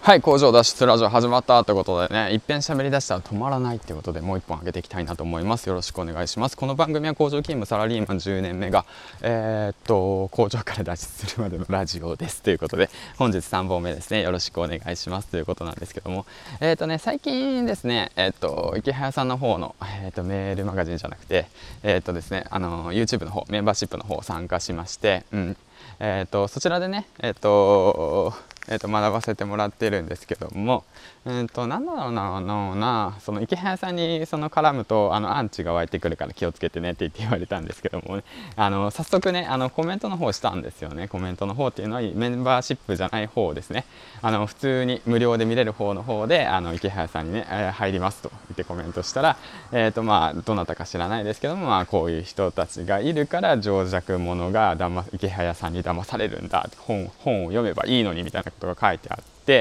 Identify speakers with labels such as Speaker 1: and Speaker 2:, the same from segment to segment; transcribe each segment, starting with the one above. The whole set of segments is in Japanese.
Speaker 1: はい、工場脱出ラジオ始まったということでね、一遍喋り出したら止まらないということで、もう一本上げていきたいなと思います。よろしくお願いします。この番組は工場勤務サラリーマン10年目が、工場から脱出するまでのラジオですということで、本日3本目ですね、よろしくお願いしますということなんですけども、最近ですね、池早さんの方の、メールマガジンじゃなくて、ですね、YouTube の方、メンバーシップの方参加しまして、そちらでね、学ばせてもらってるんですけども、なんだろうな、その池早さんにその絡むとアンチが湧いてくるから気をつけてねって言われたんですけどもね、早速ねコメントの方したんですよね。コメントの方っていうのはメンバーシップじゃない方ですね。普通に無料で見れる方の方で池早さんにね、入りますと言ってコメントしたら、どなたか知らないですけども、こういう人たちがいるから情弱者が池早さんに騙されるんだ、本を読めばいいのにみたいなことが書いてあって、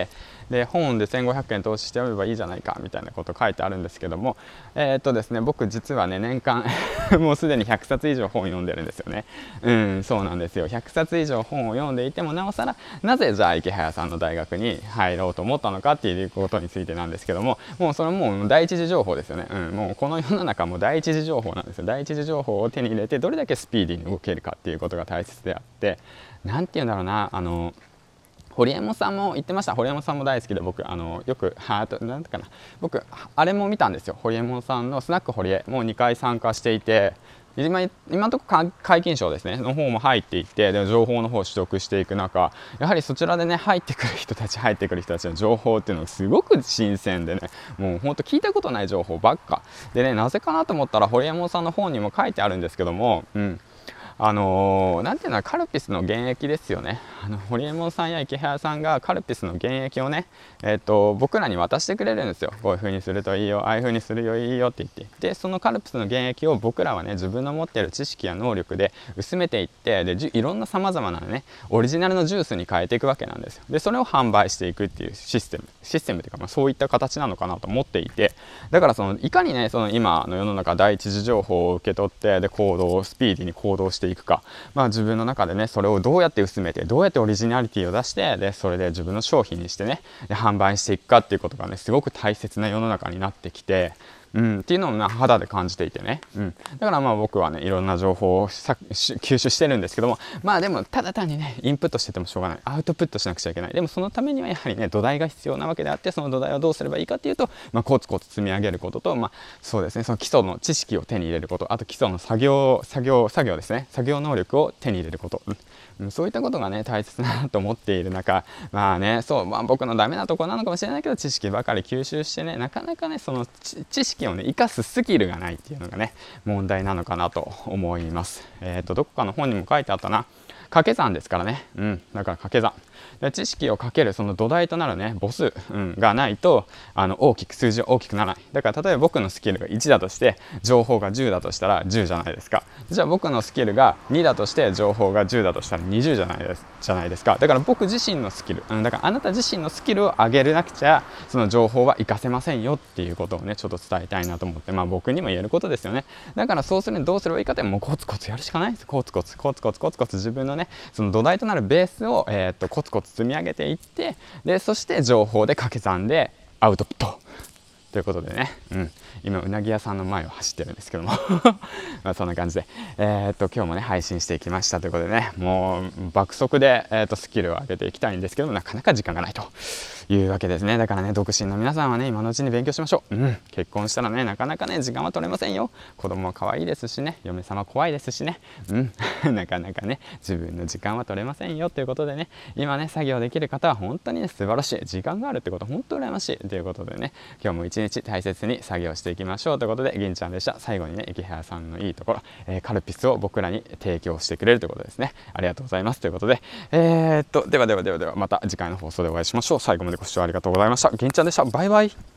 Speaker 1: で本で1500円投資して読めばいいじゃないかみたいなこと書いてあるんですけども、ですね、僕実はね年間もうすでに100冊以上本を読んでるんですよね。そうなんですよ。100冊以上本を読んでいてもなおさら、なぜじゃあ池早さんの大学に入ろうと思ったのかっていうことについてなんですけども、もうそれもう第一次情報ですよね。もうこの世の中も第一次情報なんですよ。第一次情報を手に入れてどれだけスピーディーに動けるかっていうことが大切であって、なんて言うんだろうな、堀江門さんも言ってました。堀江門さんも大好きで、僕よくなんてかな、僕あれも見たんですよ。堀江門さんのスナック堀江もう2回参加していて、今のところ皆勤賞ですねの方も入っていって、で情報の方を取得していく中、やはりそちらでね入ってくる人たちの情報っていうのがすごく新鮮でね、もうほんと聞いたことない情報ばっかでね、なぜかなと思ったら堀江門さんの本にも書いてあるんですけども、なんていうのはカルピスの原液ですよね。堀江門さんや池早さんがカルピスの原液をね、僕らに渡してくれるんですよ。こういう風にするといいよ、ああいう風にするよいいよって言って、でそのカルピスの原液を僕らはね自分の持っている知識や能力で薄めていって、でいろんなさまざまなねオリジナルのジュースに変えていくわけなんですよ。でそれを販売していくっていうシステムというか、そういった形なのかなと思っていて、だからいかにね今の世の中第一次情報を受け取って、でスピーディーに行動していくか、自分の中でねそれをどうやって薄めて、どうやってオリジナリティを出して、でそれで自分の商品にしてねで販売していくかっていうことがねすごく大切な世の中になってきて、っていうのを肌で感じていてね、だから僕はねいろんな情報を吸収してるんですけども、でもただ単にねインプットしててもしょうがない、アウトプットしなくちゃいけない。でもそのためにはやはりね土台が必要なわけであって、その土台をどうすればいいかっていうと、コツコツ積み上げることと、そうですね、その基礎の知識を手に入れること、あと基礎の作業ですね、作業能力を手に入れること、そういったことがね大切だなと思っている中、僕のダメなところなのかもしれないけど、知識ばかり吸収してね、なかなかねその知識をね生かすスキルがないっていうのがね問題なのかなと思います。どこかの本にも書いてあったな、掛け算ですからね。だから掛け算で知識をかけるその土台となるね母数、がないと数字は大きくならない。だから例えば僕のスキルが1だとして情報が10だとしたら10じゃないですか。じゃあ僕のスキルが2だとして情報が10だとしたら20じゃないですか。だから僕自身のスキル、だからあなた自身のスキルを上げなくちゃその情報は活かせませんよっていうことをねちょっと伝えたいなと思って、僕にも言えることですよね。だからそうするにどうすればいいかって、もうコツコツやるしかないです。コツコツ自分のねその土台となるベースを、コツコツ積み上げていって、でそして情報で掛け算でアウトプットということでね、今うなぎ屋さんの前を走ってるんですけどもそんな感じで、今日もね配信していきましたということでね、もう爆速で、スキルを上げていきたいんですけども、なかなか時間がないというわけですね。だからね独身の皆さんはね今のうちに勉強しましょう。結婚したらねなかなかね時間は取れませんよ。子供は可愛いですしね、嫁様怖いですしね、なかなかね自分の時間は取れませんよということでね、今ね作業できる方は本当にね素晴らしい、時間があるってこと本当羨ましいということでね、今日も一日大切に作業していきましょうということで、銀ちゃんでした。最後にね池原さんのいいところ、カルピスを僕らに提供してくれるということですね。ありがとうございますということで、ではまた次回の放送でお会いしましょう。最後までご視聴ありがとうございました。銀ちゃんでした。バイバイ。